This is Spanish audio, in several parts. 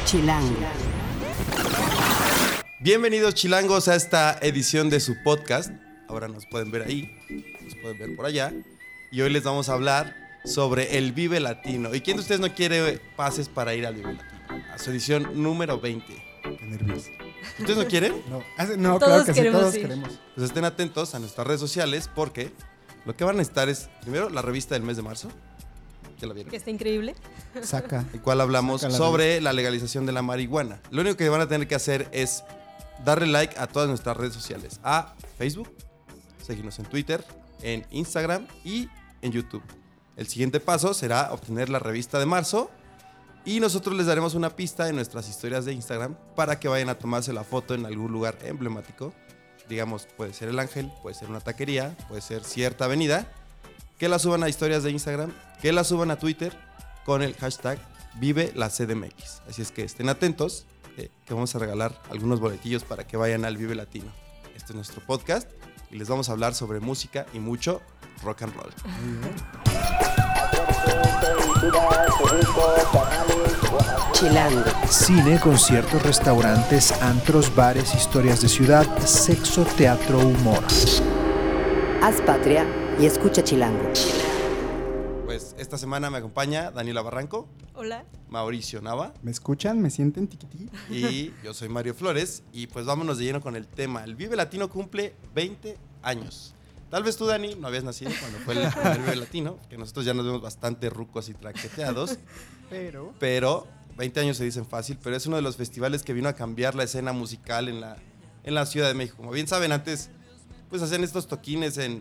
Chilango. Bienvenidos chilangos a esta edición de su podcast. Ahora nos pueden ver ahí, nos pueden ver por allá. Y hoy les vamos a hablar sobre el Vive Latino. ¿Y quién de ustedes no quiere pases para ir al Vive Latino? A su edición número 20. Qué nervios. ¿Ustedes no quieren? No, Todos claro que sí, queremos todos ir. queremos. Pues estén atentos a nuestras redes sociales porque lo que van a necesitar es, primero, la revista del mes de marzo. ¿Ya la vieron? Que está increíble. Saca. En el cual hablamos Saca la sobre la legalización de la marihuana. Lo único que van a tener que hacer es darle like a todas nuestras redes sociales. A Facebook, seguirnos en Twitter, en Instagram y en YouTube. El siguiente paso será obtener la revista de marzo y nosotros les daremos una pista en nuestras historias de Instagram para que vayan a tomarse la foto en algún lugar emblemático. Digamos, puede ser el Ángel, puede ser una taquería, puede ser cierta avenida. Que la suban a historias de Instagram, que la suban a Twitter con el hashtag #ViveLaCDMX. Así es que estén atentos, que vamos a regalar algunos boletillos para que vayan al Vive Latino. Este es nuestro podcast y les vamos a hablar sobre música y mucho rock and roll. Chilango. Cine, conciertos, restaurantes, antros, bares, historias de ciudad, sexo, teatro, humor. Haz patria y escucha Chilango. Pues esta semana me acompaña Daniela Barranco, Hola. Mauricio Nava ¿Me escuchan? ¿Me sienten tiquití? y yo soy Mario Flores. Y pues vámonos de lleno con el tema. El Vive Latino cumple 20 años. Tal vez tú, Dani, no habías nacido cuando fue el primer Vive Latino, que nosotros ya nos vemos bastante rucos y traqueteados. Pero 20 años se dicen fácil, pero es uno de los festivales que vino a cambiar la escena musical en la Ciudad de México. Como bien saben, antes pues hacían estos toquines en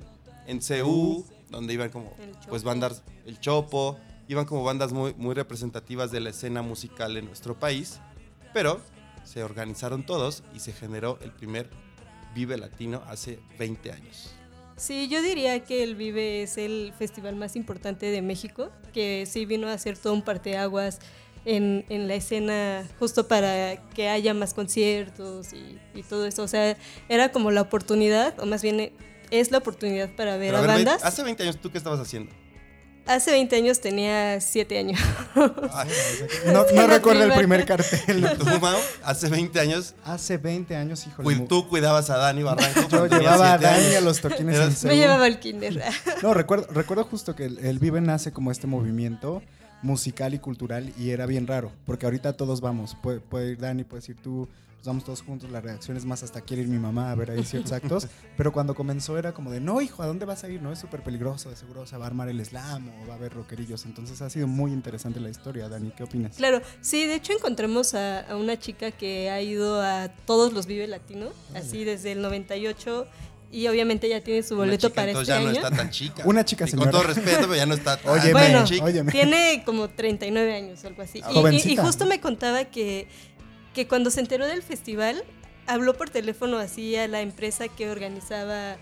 CU, donde iban como pues bandas, el Chopo, iban como bandas muy representativas de la escena musical en nuestro país, pero se organizaron todos y se generó el primer Vive Latino hace 20 años. Sí, yo diría que el Vive es el festival más importante de México, que sí vino a hacer todo un parteaguas en la escena justo para que haya más conciertos y todo eso. O sea, era como la oportunidad, o más bien es la oportunidad para ver Pero a bandas. Hace 20 años, ¿tú qué estabas haciendo? Hace 20 años tenía 7 años. Ay, No la recuerdo el prima. primer cartel. ¿Tú, Mau? Hace 20 años, Hace 20 años, híjole. tú cuidabas a Dani Barranco. Yo cuando tenía llevaba a 7 Dani años. a los toquines Eras- en CEU. Me llevaba al kinder. No, recuerdo justo que el Vive nace como este movimiento musical y cultural y era bien raro, porque ahorita todos vamos, puede ir Dani, puedes ir tú, pues vamos todos juntos, la reacción es más, hasta quiere ir mi mamá a ver ahí ciertos actos, pero cuando comenzó era como de, no hijo, ¿a dónde vas a ir? No, es súper peligroso, de seguro se va a armar el slam o va a haber rockerillos, entonces ha sido muy interesante la historia. Dani, ¿qué opinas? Claro, sí, de hecho encontramos a una chica que ha ido a todos los Vive Latino, así desde el 98, y obviamente ya tiene su Una boleto chica, para entonces este ya año. no está tan chica. Una chica, Y señora. con todo respeto, pero ya no está tan Óyeme, Bueno, chica. óyeme. Tiene como 39 años o algo así. Y Jovencita. justo me contaba que cuando se enteró del festival, habló por teléfono así a la empresa que organizaba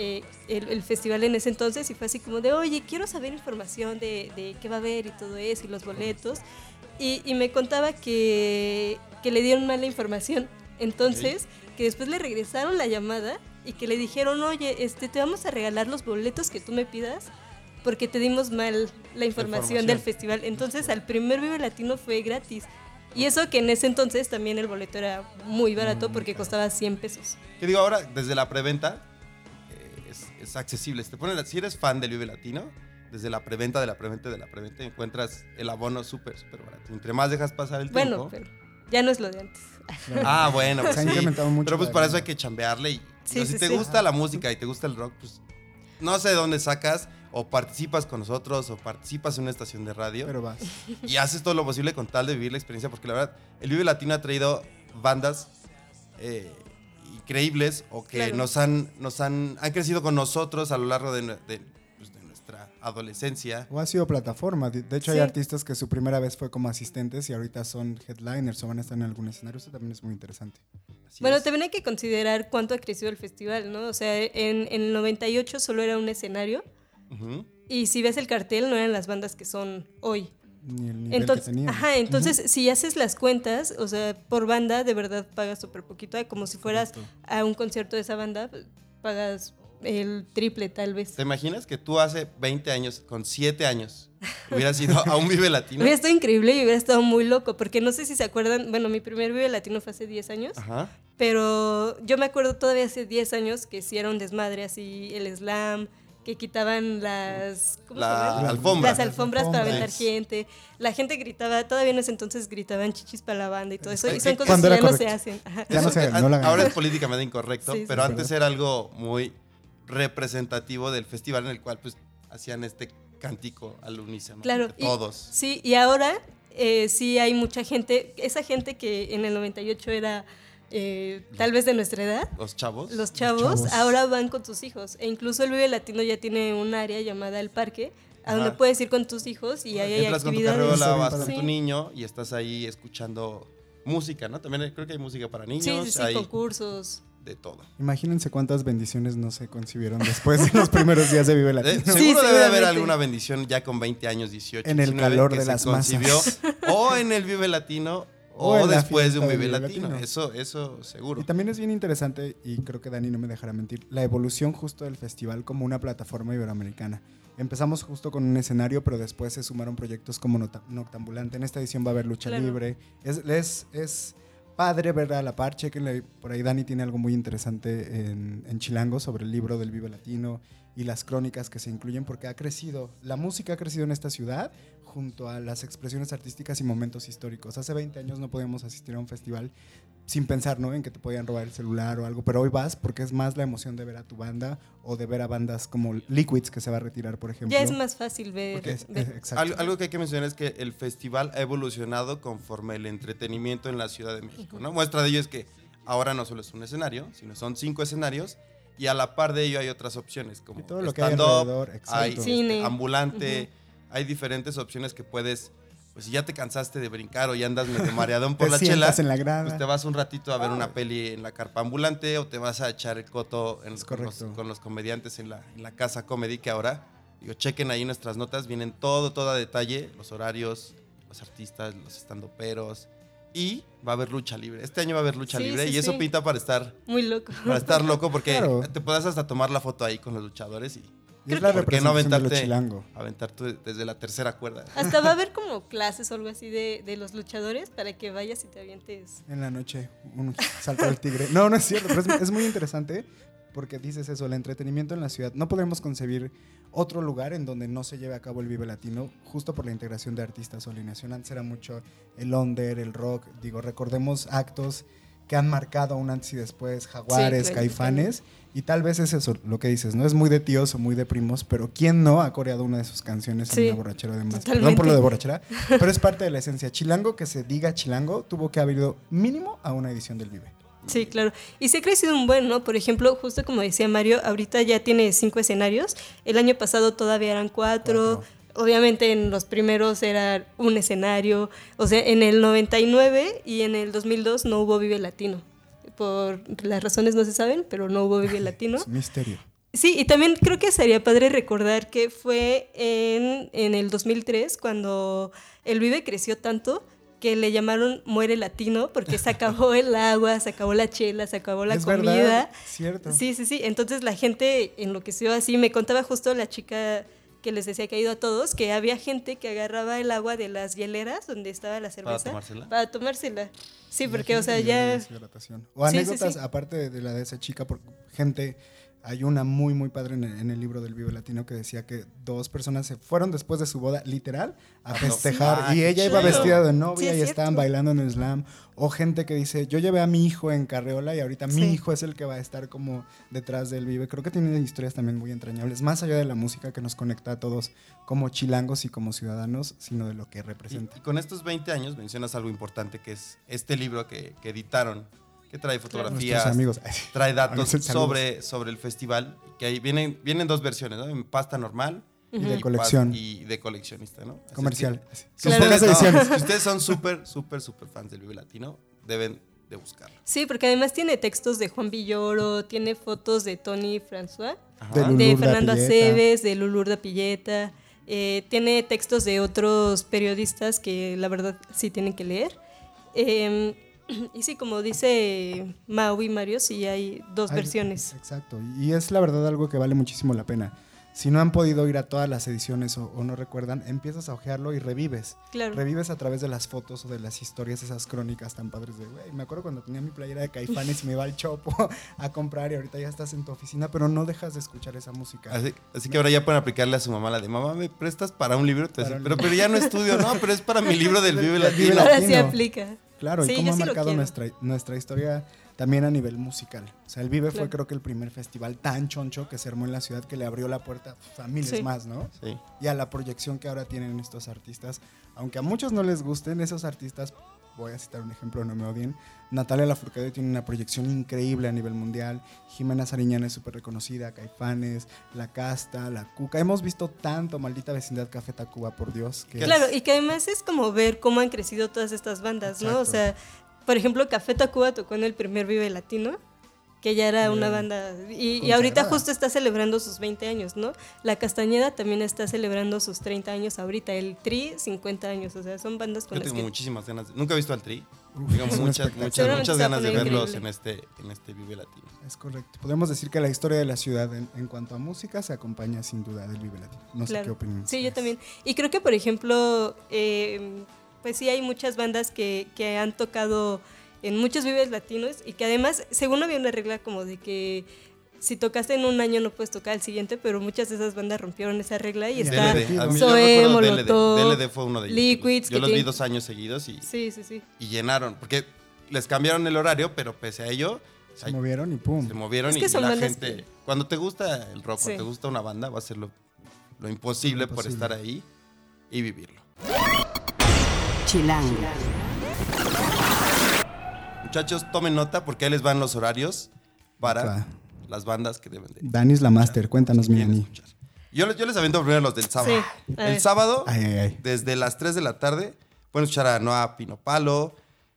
el festival en ese entonces y fue así como de, oye, quiero saber información de qué va a haber y todo eso y los boletos. Y me contaba que le dieron mala información. Entonces, que después le regresaron la llamada y que le dijeron, oye, te vamos a regalar los boletos que tú me pidas porque te dimos mal la información del festival. Entonces, al primer Vive Latino fue gratis. Y eso que en ese entonces también el boleto era muy barato porque costaba 100 pesos. Que digo, ahora, desde la preventa, es accesible. Si eres fan del Vive Latino, desde la preventa, encuentras el abono súper barato. Entre más dejas pasar el tiempo. Bueno, pero ya no es lo de antes. Ah, bueno, pues Se ha sí. incrementado mucho Pero pues la para demanda. eso hay que chambearle. Y Sí, si sí, te sí. gusta la música y te gusta el rock, pues no sé de dónde sacas, o participas con nosotros, o participas en una estación de radio. Pero vas. Y haces todo lo posible con tal de vivir la experiencia, porque la verdad, el Vive Latino ha traído bandas increíbles o que Claro. han crecido con nosotros a lo largo de nuestra adolescencia. O ha sido plataforma. De hecho, hay Sí. artistas que su primera vez fue como asistentes y ahorita son headliners o van a estar en algún escenario. Eso también es muy interesante. Así Bueno, es. también hay que considerar cuánto ha crecido el festival, ¿no? O sea, en el 98 solo era un escenario Ujú. y si ves el cartel no eran las bandas que son hoy. Ni el nivel Entonces, que tenían. entonces si haces las cuentas, o sea, por banda de verdad pagas súper poquito, como si fueras Justo. a un concierto de esa banda, pues, pagas el triple tal vez. ¿Te imaginas que tú hace 20 años, con 7 años, hubieras ido a un Vive Latino? Hubiera estado increíble y hubiera estado muy loco, porque no sé si se acuerdan, bueno, mi primer Vive Latino fue hace 10 años, Ajá. pero yo me acuerdo todavía hace 10 años que sí era un desmadre así, el slam, que quitaban las... ¿cómo se llama? alfombra. Las alfombras para aventar Nice. gente. La gente gritaba, todavía en ese entonces gritaban chichis para la banda y todo eso, y son cosas Cuando que era ya no se correcto. hacen. Ajá. Ya no sé, no lo hagan. Ahora es políticamente incorrecto, Sí, sí, pero sí. antes era algo muy representativo del festival en el cual pues hacían este cántico al unísono. Claro. De todos. Sí, y ahora sí hay mucha gente, esa gente que en el 98 era tal vez de nuestra edad, Los chavos. los chavos, ahora van con tus hijos. E incluso el Vive Latino ya tiene un área llamada El Parque, a donde Ajá. puedes ir con tus hijos y ahí hay Entras con tu actividades. carriola, vas con Sí. tu niño y estás ahí escuchando música, ¿no? También creo que hay música para niños, Sí, sí, sí, hay concursos. de todo. Imagínense cuántas bendiciones no se concibieron después de los primeros días de Vive Latino. Seguro Sí, debe haber seguramente. alguna bendición ya con 20 años, 18, En el 19, calor que de se las concibió masas. O en el Vive Latino O o en la después de un fiesta del Vive Vive Latino. Latino. Eso seguro. Y también es bien interesante, y creo que Dani no me dejará mentir, la evolución justo del festival como una plataforma iberoamericana. Empezamos justo con un escenario, pero después se sumaron proyectos como Noctambulante. En esta edición va a haber lucha Claro. libre. Es padre ver a la par. Chequenle, por ahí Dani tiene algo muy interesante en Chilango sobre el libro del Vive Latino y las crónicas que se incluyen, porque ha crecido, la música ha crecido en esta ciudad junto a las expresiones artísticas y momentos históricos. Hace 20 años no podíamos asistir a un festival sin pensar, ¿no?, en que te podían robar el celular o algo, pero hoy vas porque es más la emoción de ver a tu banda o de ver a bandas como Liquids, que se va a retirar, por ejemplo. Ya es más fácil ver. Porque ver. exacto. Algo que hay que mencionar es que el festival ha evolucionado conforme el entretenimiento en la Ciudad de México, ¿no? Muestra de ello es que ahora no solo es un escenario, sino son 5 escenarios y a la par de ello hay otras opciones como Y todo lo que hay stand-up, alrededor, exacto. hay Cine. ambulante, hay diferentes opciones que puedes, pues si ya te cansaste de brincar o ya andas medio mareadón por Te la chela, sientas en la grada. pues te vas un ratito a ver una peli en la carpa ambulante o te vas a echar el coto con los comediantes en la Casa Comedy, que ahora, digo, chequen ahí nuestras notas, vienen todo a detalle, los horarios, los artistas, los estandoperos, y va a haber lucha libre. Este año va a haber lucha Sí, libre sí, y eso sí. pinta para estar Muy loco. loco porque Claro. te puedes hasta tomar la foto ahí con los luchadores y Y es la ¿por qué no representación de lo aventarte, chilango. aventarte desde la tercera cuerda? Hasta va a haber como clases o algo así de los luchadores para que vayas y te avientes. En la noche, un salto del tigre. No es cierto, pero es muy interesante porque dices eso, el entretenimiento en la ciudad. No podemos concebir otro lugar en donde no se lleve a cabo el Vive Latino justo por la integración de artistas o alineación. Antes era mucho el under, el rock. Digo, recordemos actos que han marcado un antes y después, Jaguares, Sí, claro, Caifanes. Y tal vez es eso lo que dices, ¿no? Es muy de tíos o muy de primos, pero ¿quién no ha coreado una de sus canciones Sí, en una borrachera además? totalmente. Perdón por lo de borrachera, pero es parte de la esencia. Chilango, que se diga chilango, tuvo que haber ido mínimo a una edición del Vive. Sí, claro. Y se ha crecido un buen, ¿no? Por ejemplo, justo como decía Mario, ahorita ya tiene 5 escenarios. El año pasado todavía eran 4. Obviamente en los primeros era un escenario. O sea, en el 99 y en el 2002 no hubo Vive Latino. Por las razones no se saben, pero no hubo Vive Latino. Es misterio. Sí, y también creo que sería padre recordar que fue en el 2003 cuando el Vive creció tanto que le llamaron Muere Latino porque se acabó el agua, se acabó la chela, se acabó la Es comida. verdad, cierto. Sí. Entonces la gente enloqueció así. Me contaba justo la chica que les decía que ha ido a todos, que había gente que agarraba el agua de las hieleras donde estaba la cerveza. Para tomársela. Sí, porque, o sea, ya... O Sí, anécdotas, sí. aparte de la de esa chica, por gente... Hay una muy, muy padre en el libro del Vive Latino que decía que 2 personas se fueron después de su boda, literal, a festejar. Sí. Y ella iba claro. vestida de Sí, novia es y estaban cierto. bailando en el slam. O gente que dice, yo llevé a mi hijo en carreola y ahorita mi Sí. hijo es el que va a estar como detrás del Vive. Creo que tienen historias también muy entrañables, más allá de la música que nos conecta a todos como chilangos y como ciudadanos, sino de lo que representa. Y con estos 20 años mencionas algo importante que es este libro que editaron, que trae fotografías, Nuestros amigos. trae datos Saludos. sobre el festival, que ahí vienen 2 versiones, ¿no? En pasta normal Y de colección. y de coleccionista, ¿no? Así Comercial. es que, Son Claro. pocas ediciones. si ustedes son súper fans del Vive Latino, deben de buscarlo. Sí, porque además tiene textos de Juan Villoro, tiene fotos de Tony François, De Ajá. Lulú. de Lulurda Fernando Pilleta. Aceves, de Lulurda Pilleta. Tiene textos de otros periodistas que la verdad sí tienen que leer. Y sí, como dice Mau y Mario, sí hay dos versiones. Exacto, y es la verdad algo que vale muchísimo la pena. Si no han podido ir a todas las ediciones o no recuerdan, empiezas a ojearlo y revives. Claro. Revives a través de las fotos o de las historias, esas crónicas tan padres de, güey, me acuerdo cuando tenía mi playera de Caifanes y me iba al Chopo a comprar y ahorita ya estás en tu oficina, pero no dejas de escuchar esa música. Así que ahora ya pueden aplicarle a su mamá la de, mamá, ¿me prestas para un libro? Te dice, pero ya no estudio, no, pero es para mi libro del Vive Latino. Ahora sí aplica. Claro, Sí, y cómo yo ha sí lo marcado quiero. nuestra historia también a nivel musical. O sea, el Vive fue Claro. creo que el primer festival tan choncho que se armó en la ciudad que le abrió la puerta a miles Sí. más, ¿no? Sí. Y a la proyección que ahora tienen estos artistas. Aunque a muchos no les gusten, esos artistas, voy a citar un ejemplo, no me odien, Natalia Lafourcade tiene una proyección increíble a nivel mundial, Jimena Sariñana es súper reconocida, Caifanes, La Casta, La Cuca. Hemos visto tanto Maldita Vecindad, Café Tacuba, por Dios. Que Claro, y que además es como ver cómo han crecido todas estas bandas, ¿no? Exacto. O sea, por ejemplo, Café Tacuba tocó en el primer Vive Latino, que ya era una banda, y ahorita consagrada. justo está celebrando sus 20 años, ¿no? La Castañeda también está celebrando sus 30 años ahorita, el Tri 50 años, o sea, son bandas con Yo las tengo que... muchísimas ganas. Nunca he visto al Tri. Tengo es un muchas espectáculo. Seguramente se va a ganas de poner verlos increíble. en este Vive Latino. Es correcto. Podemos decir que la historia de la ciudad en cuanto a música se acompaña sin duda del Vive Latino. No sé Claro. qué opinan. Sí, yo ustedes. también. Y creo que, por ejemplo, pues sí hay muchas bandas que han tocado en muchos Vives Latinos y que además, según había una regla como de que si tocaste en un año no puedes tocar al siguiente, pero muchas de esas bandas rompieron esa regla y Ya. está DLD. A mí yo Zoé, recuerdo Molotov, DLD fue uno de ellos. Liquids, Yo que los vi tienen- 2 años seguidos Sí, sí, sí. y llenaron. Porque les cambiaron el horario, pero pese a ello, Se movieron y pum. se movieron Es que y son la bandas gente... que- Cuando te gusta el rock, Sí. cuando te gusta una banda, va a hacer lo imposible por Imposible. estar ahí y vivirlo. Chilango. Muchachos, tomen nota porque ahí les van los horarios para Claro. las bandas que deben de Dani es la máster. Cuéntanos, mi bien Dani. escuchar. Yo les aviento primero los del sábado. Sí, a El ver. sábado, Ay, ay, ay. desde las 3 de la tarde, pueden escuchar a Noah Pinopalo,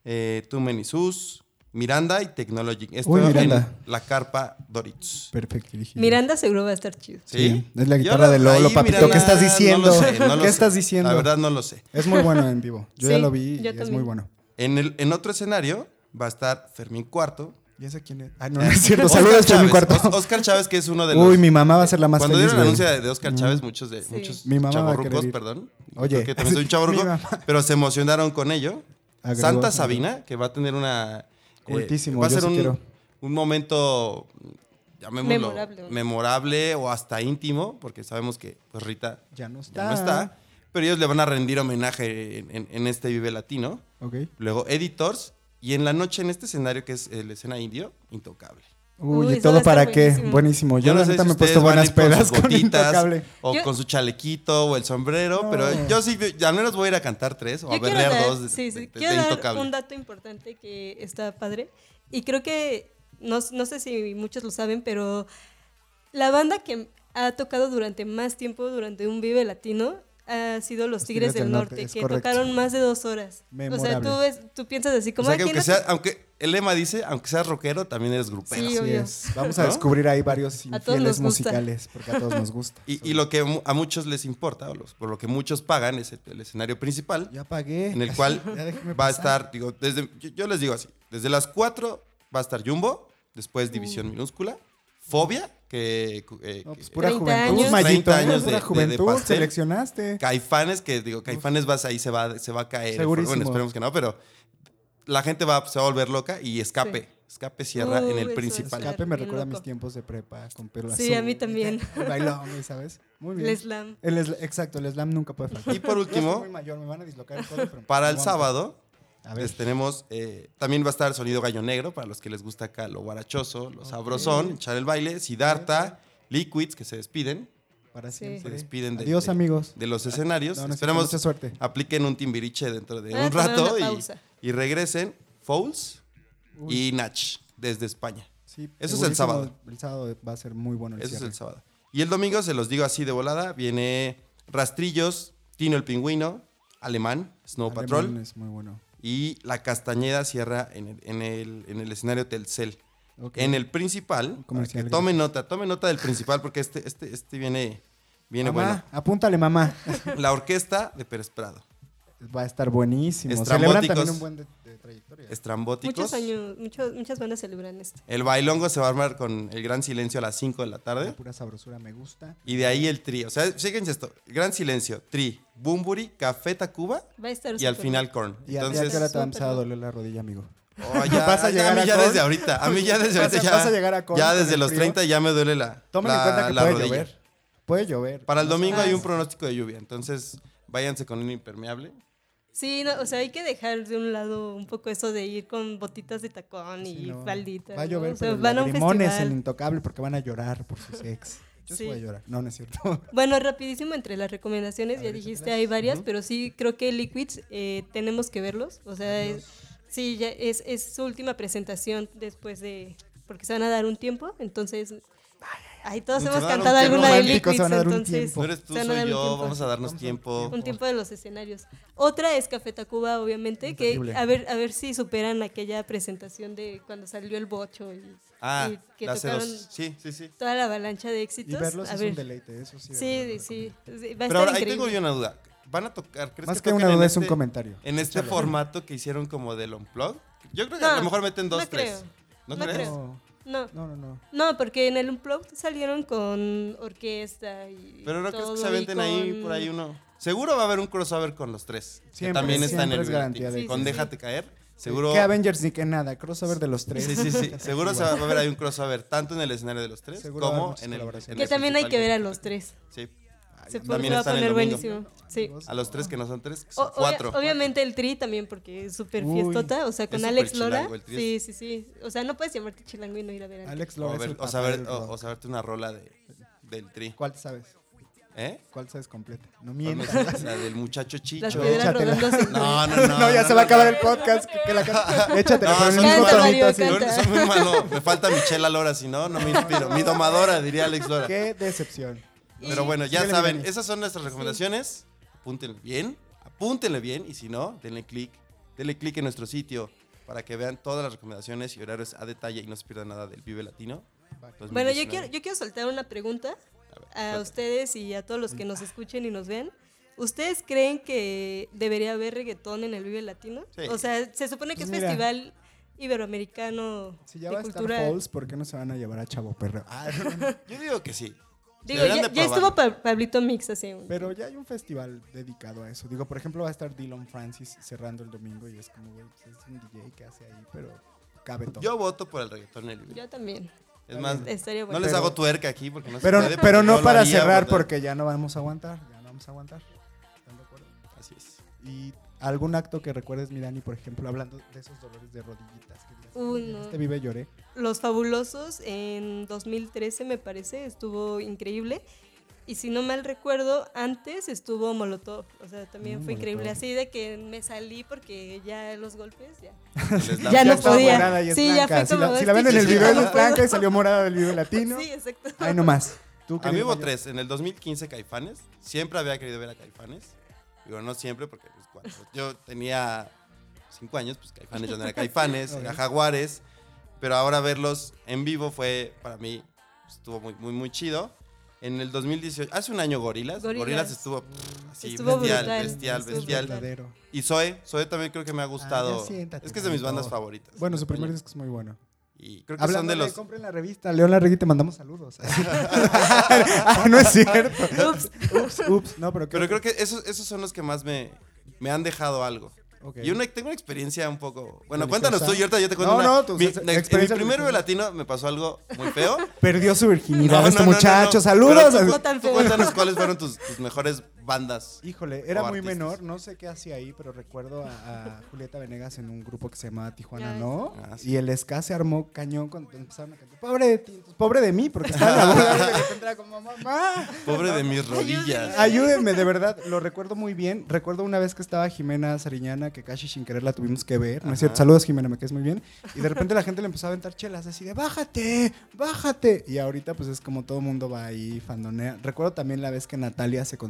Too Many Sus, Miranda y Technology. Esto Uy, Miranda. en la carpa Doritos. Perfecto. dirigido. Miranda seguro va a estar chido. Sí, es la Yo guitarra de Lolo, ahí, papito. Miranda, ¿Qué estás diciendo? No lo sé, no lo ¿Qué sé. estás diciendo? La verdad no lo sé. Es muy bueno en vivo. Yo Sí, ya lo vi y yo es también. muy bueno. En otro escenario va a estar Fermín Cuarto. ¿Y ese quién es? Ay, no, no es cierto. Saludos a mi cuarto. Oscar Chávez, que es uno de los... Uy, mi mamá va a ser la más Cuando feliz, dieron el güey. anuncio de Oscar Chávez, muchos Mi mamá va a querer chavorrucos, ir. perdón. Oye, Yo que también soy un chavorruco, mi mamá. pero se emocionaron con ello. Agregó, Santa agregó. Sabina, que va a tener una... Cultísimo, va a yo ser sí quiero. un momento, llamémoslo, Memorable. memorable o hasta íntimo, porque sabemos que pues, Rita Ya no está. ya no está, pero ellos le van a rendir homenaje en este Vive Latino. Ok. Luego Editors, y en la noche en este escenario, que es el escena indio, Intocable. Uy, Uy, ¿y eso va todo a estar para qué? buenísimo. Buenísimo. Yo la no sé neta si me he ustedes puesto van a buenas ir con pedas sus con botitas, Intocable. o Yo- con su chalequito o el sombrero, No. pero yo sí, al menos voy a ir a cantar 3 o a Yo quiero berrear dar, 2 de, sí, sí, de quiero dar Intocable. un dato importante que está padre. Y creo que, no sé si muchos lo saben, pero la banda que ha tocado durante más tiempo, durante un Vive Latino, ha sido Los Tigres del Norte, es que correcto. tocaron más de 2 horas. Memorable. O sea, tú piensas así O como... sea, "Ah, que ¿quién aunque es?". sea, aunque el lema dice, aunque seas rockero, también eres grupero. Sí, Así obvio. es. Vamos a ¿No? descubrir ahí varios A todos infieles nos gusta. musicales, porque a todos nos gusta. Y lo que a muchos les importa, por lo que muchos pagan, es el escenario principal, Ya pagué. en el cual Ya déjeme va a pasar. estar, digo, yo les digo así, desde las 4 va a estar Jumbo, después División Minúscula, Fobia, No, pues pura 30 juventud, años. Mayito, 30 años pura de juventud, pastel. seleccionaste. Caifanes, que digo, Caifanes vas ahí se va a caer. Segurísimo. Bueno, esperemos que no, pero la gente se va a volver loca y Escape. Sí. Escape cierra en el eso principal. es Escape me bien recuerda a mis loco. tiempos de prepa con pelo Sí, azul. a mí también. Bailón, ¿sabes? Muy bien. El slam. Exacto, el slam nunca puede faltar. Y por Yo estoy último, muy mayor, me van a dislocar el codo, pero para el aguanto. sábado, A ver. les tenemos, también va a estar Sonido Gallo Negro, para los que les gusta acá lo guarachoso, lo sabrosón, echar el baile, Siddhartha, Liquids, que se despiden, Para Sí. siempre. se despiden Adiós, amigos. de los escenarios. No, no es cierto, Esperemos mucha suerte. apliquen un timbiriche dentro de Van a un tomar rato una pausa. y regresen Fouls y Nach desde España. Sí, Eso es el segurísimo, sábado. El sábado va a ser muy bueno el Eso es cierre. el sábado. Y el domingo, se los digo así de volada, viene Rastrillos, Tino el Pingüino, Alemán, Snow Alemán Patrol es muy bueno. y La Castañeda cierra en el escenario Telcel. Ok. En el principal, para Comercial, que tomen nota del principal porque este viene Mamá, bueno. apúntale, mamá. La orquesta de Pérez Prado. Va a estar buenísimo. Estrambóticos. Celebran también un buen de trayectoria. Estrambóticos. Muchas bandas celebran esto. El bailongo se va a armar con el Gran Silencio a las 5 de la La tarde. pura sabrosura me gusta. Y de ahí el tri. O sea, fíjense esto. Gran Silencio, tri, Bumburi, Café Tacuba Va a estar y al súper final Korn. ¿Y a ti a qué Entonces, hora te va a empezar a Súper doler la rodilla, amigo? vas a llegar a mí ya Korn. desde ahorita. A mí ya desde Vas a- ahorita vas a llegar a Korn ya con desde el los frío. 30 ya me duele Tomen en cuenta que puede rodilla. llover. Puede llover. Para el domingo Ah, hay un sí. pronóstico de lluvia. Entonces, váyanse con un impermeable. Sí, no, o sea, hay que dejar de un lado un poco eso de ir con botitas de tacón Sí, y no. falditas. Va a ¿no? llover, O sea, pero van a un lagrimones el festival. intocable porque van a llorar por sus ex. Yo sí Sí. voy a llorar. No, no es cierto. Bueno, rapidísimo entre las recomendaciones, A ya ver, dijiste, échatelas. hay varias, Ujú. pero sí creo que Liquids tenemos que verlos. O sea, sí, ya es su última presentación después de... Porque se van a dar un tiempo, entonces... Ay, todos Se hemos van a dar un cantado tiempo. alguna de Románticos, Liquids, se van a dar un entonces... tiempo. No eres tú, se van a dar soy un yo. tiempo. Vamos a darnos Vamos a- tiempo. Un tiempo de los escenarios. Otra es Café Tacuba, obviamente, que Terrible. a ver si superan aquella presentación de cuando salió el bocho y que la tocaron C2. Sí, sí, sí. toda la avalancha de Y éxitos. verlos a es ver. un deleite, eso sí. Sí, sí, va a Pero estar ahora, ahí increíble. tengo yo una duda. ¿Van a tocar? ¿Crees Más que toquen una en duda es un este- comentario. En este Échale. formato que hicieron como del Unplugged. Yo creo que No, a lo mejor meten dos, no tres. creo. ¿No No crees? creo. No, No, no, no, no. no, porque en el Unplugged salieron con orquesta y Pero no crees todo, que se y aventen ahí con- por ahí uno. Seguro va a haber un crossover con los tres. Que Siempre, también está en siempre el es Vive garantía Latino. de Con Sí, sí, Déjate Caer. Seguro. Que Avengers ni que nada, crossover de los tres. Sí, sí, sí. Seguro se va a ver ahí un crossover tanto en el escenario de los tres Seguro va a haber como muchas en el. colaboraciones. Que el también hay principal que ver a que- los tres. Sí. Se también va a están el poner domingo. buenísimo. Sí. A los tres que no son tres, que son O- cuatro. Obviamente el Tri también, porque es súper Uy, fiestota, o sea, con es Alex súper Lora. chilango el Tri. Sí, sí, sí. O sea, no puedes llamarte chilango y no ir a ver a Alex O, Lora es ver- el o papá saber- del o- rock. o saberte una rola del tri. ¿Cuál sabes? ¿Eh? ¿Cuál sabes completa? No La mientas. del muchacho Chicho. las piedras Échatela. rodando. No, no, no. No, ya se va a acabar el podcast. Que la échatela, No, pero en son un muy Canta, malos. Mario, así. canta. Son muy malos. Me falta Michelle Lora, si no, no me inspiro. Mi domadora, diría Alex Lora. Qué decepción. Pero bueno, ya Síguele, saben, Dani. esas son nuestras recomendaciones. Apúntenle bien y si no, denle click en nuestro sitio para que vean todas las recomendaciones y horarios a detalle y no se pierdan nada del Vive Latino. Bueno, 2019. yo quiero soltar una pregunta A ver, a ustedes y a todos los que nos escuchen y nos vean. ¿Ustedes creen que debería haber reggaetón en el Vive Latino? Sí. O sea, se supone que Pues es mira. festival iberoamericano Si ya de va a estar cultura. Falls, ¿por qué no se van a llevar a Chavo Perro? Yo digo que sí. Digo, Deberían ya, de ya probarlo. estuvo Pablito Mix hace un... Pero ya hay un festival dedicado a eso. Digo, por ejemplo, va a estar Dylan Francis cerrando el domingo y es como, güey, pues es un DJ que hace ahí, pero cabe todo. Yo voto por el reggaetón en el Vive. Yo también. Es más, Estaría no bueno. les Pero- hago tuerca aquí porque no se Pero, puede. pero yo no lo para haría, cerrar ¿verdad? porque ya no vamos a aguantar. Ya no vamos a aguantar. ¿Están de acuerdo? Así es. Y algún acto que recuerdes, mi Dani, por ejemplo, hablando de esos dolores de rodillitas. Que digas, Uy, "En no. Este Vive lloré. Los Fabulosos en 2013 me parece, estuvo increíble. Y si no mal recuerdo, antes estuvo Molotov. O sea, también fue increíble. Molotov. Así de que me salí porque ya los golpes, ya. Les da- Ya no estaba podía. morada y es Sí, ya blanca. fue como, Si la ven en sí, el sí, video, no es puedo. blanca y salió morada del Vive Latino. Sí, exacto. Ahí nomás. ¿Tú, A mí querido hubo Mayo? 3. En el 2015 Caifanes. Siempre había querido ver a Caifanes. Digo, no siempre porque pues, cuando yo tenía 5 años, pues Caifanes ya no era Caifanes, era Jaguares. Pero ahora verlos en vivo fue, para mí, pues, estuvo muy, muy, muy chido. En el 2018, hace un año Gorilas. Gorilas. Gorilas estuvo así, Estuvo bestial, brutal, bestial, estuvo bestial. brutal. Verdadero. Y Zoe también creo que me ha gustado. ya siéntate, Es que es de mis manito. bandas favoritas. Bueno, su en primer español. disco es muy bueno. Y creo que Hablando son de los... compren la revista, León Larregui, te mandamos saludos. Ah, no es cierto. Ups. No, pero Pero creo que esos son los que más me han dejado algo. Ok. Y tengo una experiencia un poco... Bueno, Religiosa. cuéntanos tú y ahorita yo te cuento No, una. no, tu Mi, experiencia en mi primer religiosa. Vive Latino me pasó algo muy feo. Perdió su virginidad No, este no, no, muchacho. no. Saludos. Pero No tan tú feo. cuéntanos cuáles fueron tus mejores bandas. Híjole, era o muy artistas. menor, no sé qué hacía ahí, pero recuerdo a Julieta Venegas en un grupo que se llamaba Tijuana, Ay. ¿no? Ah, sí. Y el ska se armó cañón cuando empezaron a cantar. Pobre de ti, pobre de mí, porque estaba en la boda y de repente era como, mamá. Pobre de mis rodillas. Ayúdenme, de verdad, lo recuerdo muy bien. Recuerdo una vez que estaba Jimena Sariñana, que casi sin querer la tuvimos que ver, ¿no es cierto? Ajá. Saludos, Jimena, me quedas muy bien. Y de repente la gente le empezó a aventar chelas, así de, bájate, bájate. Y ahorita pues es como todo mundo va ahí, fandonea. Recuerdo también la vez que Natalia se consagró, porque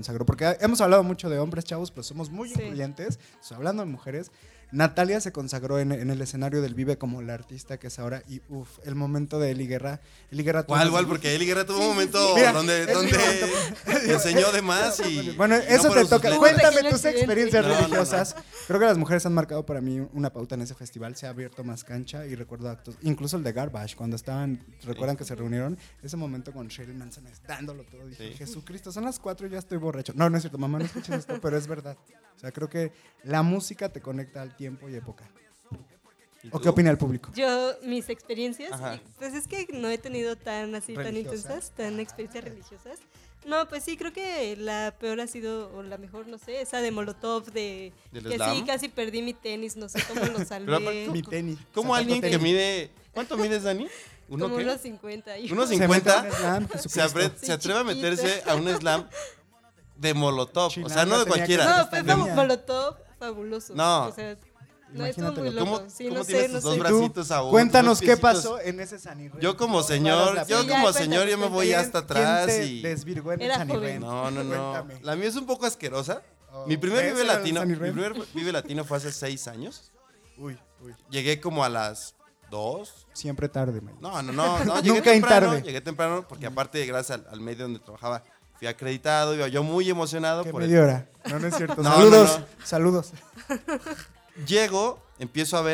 hemos hablado mucho de hombres, chavos, pero somos muy Sí. incluyentes. Entonces, hablando de mujeres, Natalia se consagró en el escenario del Vive como la artista que es ahora. Y el momento de Eli Guerra. Eli Guerra tuvo- ¿Cuál? Porque Eli Guerra tuvo un momento Mira, donde es mi enseñó de más y... Bueno, y eso no te fueron sus toca. letras. Cuéntame Pequeño tus accidente. experiencias No, no, no. religiosas. Creo que las mujeres han marcado para mí una pauta en ese festival. Se ha abierto más cancha y recuerdo actos, incluso el de Garbage, cuando estaban, recuerdan que se reunieron, ese momento con Sheryl Manson dándolo todo. Dije, Sí. Jesucristo, son las 4 y ya estoy borracho. No, no es cierto, mamá, no escuchen esto, pero es verdad. O sea, creo que la música te conecta al tiempo y época. ¿Y ¿O tú? qué opina el público? Yo, mis experiencias, Ajá. pues es que no he tenido tan así, tan Religiosas. intensas, tan experiencias religiosas. No, pues sí, creo que la peor ha sido, o la mejor, no sé, esa de Molotov, ¿Del que slam? sí, casi perdí mi tenis, no sé cómo lo salvé. aparte Mi tenis. ¿Cómo Zapato alguien que tenis. mide... ¿Cuánto mides, Dani? ¿Uno Como qué? unos 50. y- ¿Unos Se mete a 50? un slam, Se, Jesucristo. se atreve a chiquita. meterse a un slam de Molotov. O sea, Chilanga no de tenía que cualquiera. ser No, fue Tenía. Molotov fabuloso. No. O sea, no, estuvo muy Imagínatelo. loco. ¿Cómo, Sí, cómo no tienes sé, tus no dos sé. Tú, bracitos a uno? Cuéntanos dos qué piecitos? pasó en ese San Irene. Yo como señor, Sí, ya, yo me voy cuéntame. hasta atrás ¿Quién te y... desvirgó en el Era San joven. Irene? No. Cuéntame. La mía es un poco asquerosa. Oh, Mi primer ¿ese Vive era el Latino, San mi Irene? primer Vive Latino fue hace 6 años. Uy. Llegué como a las 2. Siempre tarde, man. No, llegué Nunca en temprano. tarde. Llegué temprano porque aparte, gracias al medio donde trabajaba, fui acreditado, iba yo muy emocionado. ¿Qué por media hora? No, no es cierto. No, Saludos. no. Saludos. Llego, empiezo a ver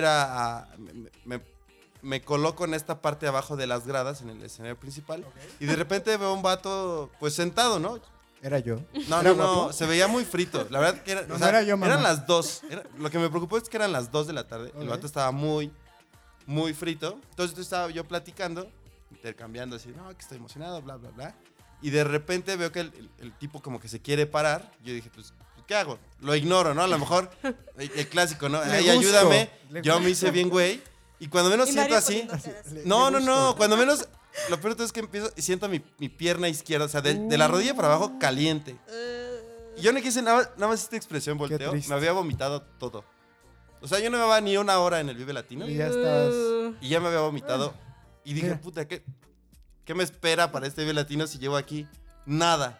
me coloco en esta parte de abajo de las gradas, en el escenario principal, y de repente veo un vato, pues sentado, ¿no? Era yo. No, ¿Era no, guapo? se veía muy frito. La verdad que era, No, o no sea, era yo, mamá. eran las 2. Lo que me preocupó es que eran las 2 de la tarde. El Ok. vato estaba muy frito. Entonces estaba yo platicando, intercambiando, así, no, que estoy emocionado, bla, bla, bla. Y de repente veo que el tipo como que se quiere parar. Yo dije, pues, ¿qué hago? Lo ignoro, ¿no? A lo mejor el clásico, ¿no? Le Ay, busco. ayúdame. Le Yo busco. me hice bien, güey. Y cuando menos Y siento Mario así... poniendo caras. No. Cuando menos... Lo peor de todo es que empiezo y siento mi pierna izquierda, o sea, de la rodilla para abajo, caliente. Y yo no quise nada más esta expresión, volteo. triste. Me había vomitado todo. O sea, yo no me llevaba ni una hora en el Vive Latino. Y ya estabas... Y ya me había vomitado. Y dije, Mira. puta, ¿qué me espera para este Vive Latino si llevo aquí? Nada.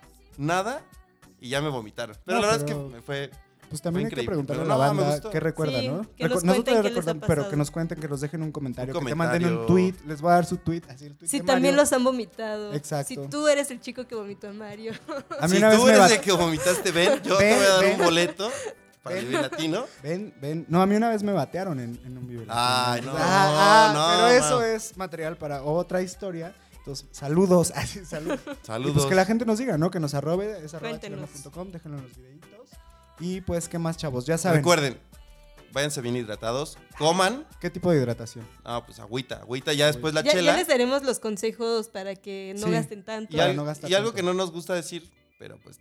Y ya me vomitaron. Pero No, la verdad pero- es que me fue... Pues también hay Fue que increíble, preguntarle a pero la no, me banda gustó. qué recuerda, Sí, ¿no? que nos Nosotros cuenten le qué les ha recordamos, pero pasado. que nos cuenten, que nos dejen un comentario, Un que te manden un comentario. tweet. Les voy a dar su tweet. Así, el tweet Si de también Mario. los han vomitado. Exacto. Si tú eres el chico que vomitó a Mario. A mí Si una vez tú me eres bat- el que vomitaste, ven, yo te Ven, voy a dar ven. un boleto para el Ven. Vive Latino. Ven. No, a mí una vez me batearon en un video. Ay, no, no, pero eso no. es material para otra historia. Entonces, saludos. Así, saludos. Y Saludos. pues que la gente nos diga, ¿no? Que nos arrobe, es Cuéntenos. @chileno.com, déjenlo en los videitos. Y pues, ¿qué más, chavos? Ya saben. Recuerden, váyanse bien hidratados, coman. ¿Qué tipo de hidratación? Pues agüita, ya después la Ya chela. les daremos los consejos para que no Sí. gasten tanto. Y, Para no gastar y algo tanto. que no nos gusta decir, pero pues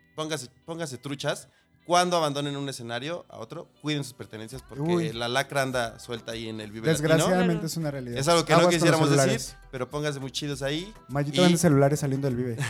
póngase truchas. Cuando abandonen un escenario a otro, cuiden sus pertenencias porque Uy. la lacra anda suelta ahí en el Vive Latino. Desgraciadamente Claro. es una realidad. Es algo que no Aguas con los quisiéramos celulares. decir, pero pónganse muy chidos ahí. Mayito Y- vende celulares saliendo del Vive.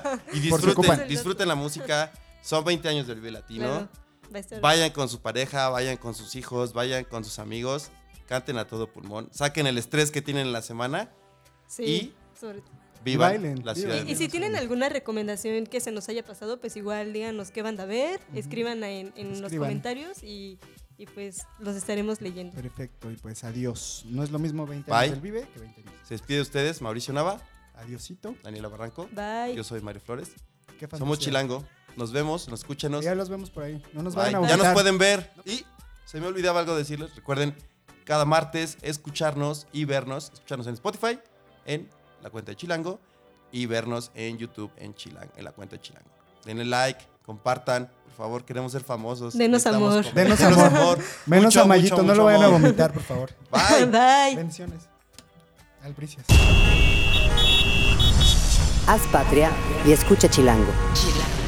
Y Por si ocupan. disfruten la música. Son 20 años del Vive Latino. Claro, va a estar- Vayan con su pareja, vayan con sus hijos, vayan con sus amigos. Canten a todo pulmón. Saquen el estrés que tienen en la semana. Sí, sobre todo. Vivan bailen, la vivan. ciudad. Y si tienen alguna recomendación que se nos haya pasado, pues igual díganos qué van a ver, escriban en los Escriban. comentarios y pues los estaremos leyendo. Perfecto, y pues adiós. No es lo mismo 20 Bye. años del Vive que 20 años. Se despide de ustedes Mauricio Nava, Adiosito. Daniela Barranco. Bye. Yo soy Mario Flores. Qué fantasía. Somos Chilango. Nos vemos, nos escúchanos. Ya los vemos por ahí. No nos Bye. vayan a Ya nos vomitar. pueden ver. Y se me olvidaba algo decirles. Recuerden, cada martes escucharnos y vernos. Escucharnos en Spotify, en la cuenta de Chilango. Y vernos en YouTube en la cuenta de Chilango. Denle like, compartan. Por favor, queremos ser famosos. Denos Necesitamos amor. comer. Denos amor. Menos Mucho, a Mayito, mucho, no lo mucho vayan a amor. vomitar, por favor. Bye. Bye. Bendiciones. Albricias. Haz patria y escucha Chilango. Chilango.